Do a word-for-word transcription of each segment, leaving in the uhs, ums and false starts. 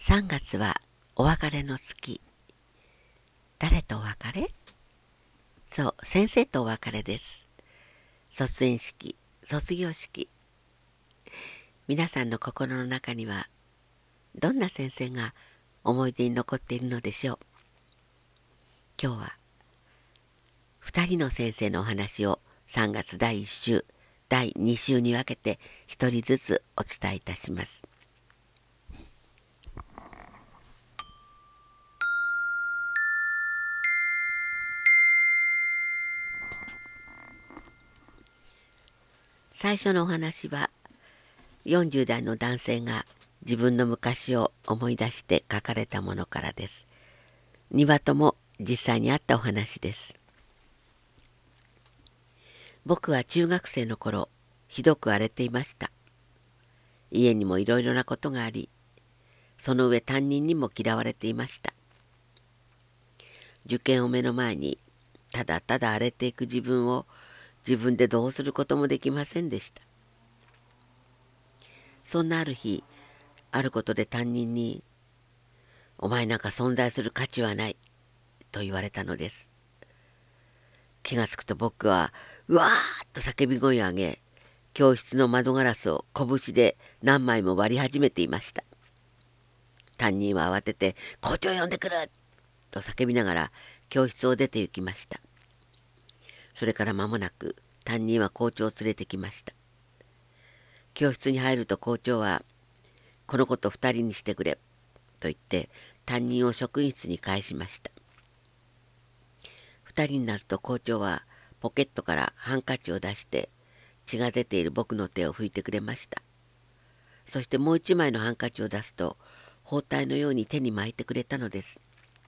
さんがつはお別れの月。誰とお別れ？そう、先生とお別れです。卒園式、卒業式。皆さんの心の中にはどんな先生が思い出に残っているのでしょう。今日はふたりの先生のお話をさんがつだいいっ週、だいに週に分けてひとりずつお伝えいたします。最初のお話はよんじゅう代の男性が自分の昔を思い出して書かれたものからです。にわとも実際にあったお話です。僕は中学生の頃、ひどく荒れていました。家にもいろいろなことがあり、その上担任にも嫌われていました。受験を目の前に、ただただ荒れていく自分を自分でどうすることもできませんでした。そんなある日、あることで担任に、お前なんか存在する価値はない、と言われたのです。気がつくと僕は、うわーっと叫び声を上げ、教室の窓ガラスを拳で何枚も割り始めていました。担任は慌てて、校長呼んでくると叫びながら教室を出て行きました。それから間もなく担任は校長を連れてきました。教室に入ると校長は、この子と二人にしてくれ、と言って担任を職員室に返しました。二人になると校長はポケットからハンカチを出して血が出ている僕の手を拭いてくれました。そしてもう一枚のハンカチを出すと包帯のように手に巻いてくれたのです。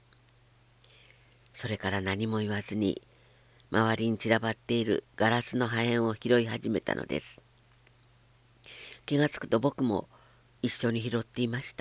それから何も言わずに周りに散らばっているガラスの破片を拾い始めたのです。気がつくと僕も一緒に拾っていました。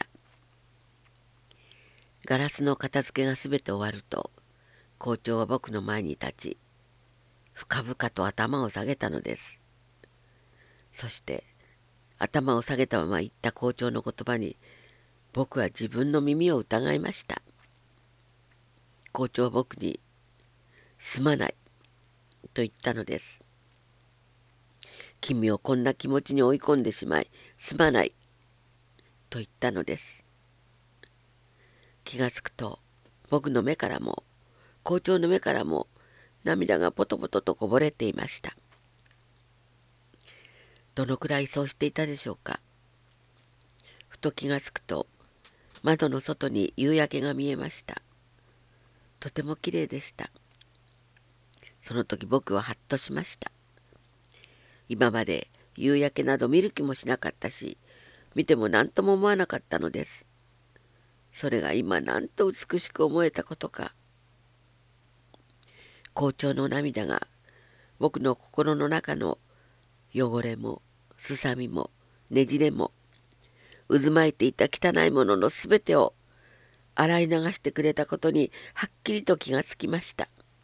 ガラスの片付けがすべて終わると校長は僕の前に立ち、深々と頭を下げたのです。そして頭を下げたまま言った校長の言葉に僕は自分の耳を疑いました。校長は僕にすまないと言ったのです。君をこんな気持ちに追い込んでしまいすまないと言ったのです。気がつくと僕の目からも校長の目からも涙がポトポトとこぼれていました。どのくらいそうしていたでしょうか。ふと気がつくと窓の外に夕焼けが見えました。とてもきれいでした。その時僕はハッとしました。今まで夕焼けなど見る気もしなかったし、見ても何とも思わなかったのです。それが今なんと美しく思えたことか。校長の涙が僕の心の中の汚れもすさみもねじれも渦巻いていた汚いもののすべてを洗い流してくれたことにはっきりと気がつきました。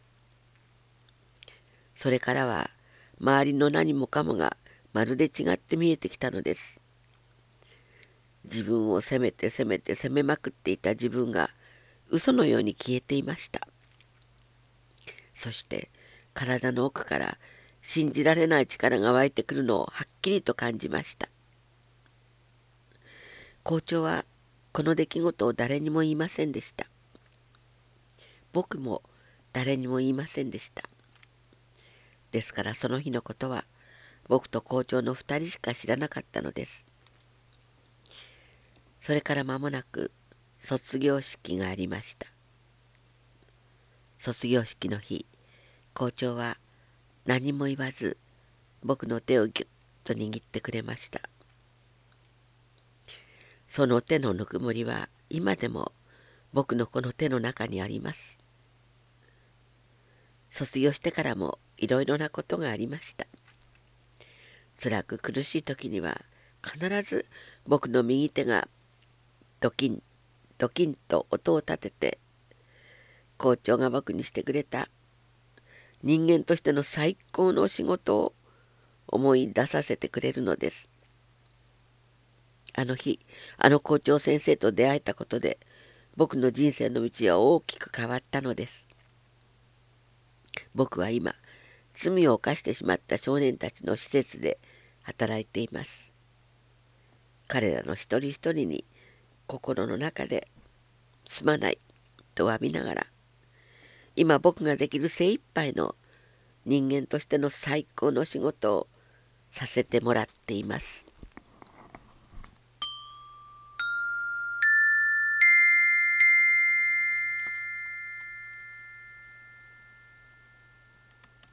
それからは周りの何もかもがまるで違って見えてきたのです。自分を責めて責めて責めまくっていた自分が嘘のように消えていました。そして体の奥から信じられない力が湧いてくるのをはっきりと感じました。校長はこの出来事を誰にも言いませんでした。僕も誰にも言いませんでした。ですからその日のことは僕と校長の二人しか知らなかったのです。それから間もなく卒業式がありました。卒業式の日、校長は何も言わず僕の手をぎゅっと握ってくれました。その手のぬくもりは今でも僕のこの手の中にあります。卒業してからもいろいろなことがありました。辛く苦しい時には必ず僕の右手がドキンドキンと音を立てて校長が僕にしてくれた人間としての最高の仕事を思い出させてくれるのです。 あの日あの校長先生と出会えたことで僕の人生の道は大きく変わったのです。僕は今罪を犯してしまった少年たちの施設で働いています。彼らの一人一人に心の中ですまないと詫びながら、今僕ができる精一杯の人間としての最高の仕事をさせてもらっています。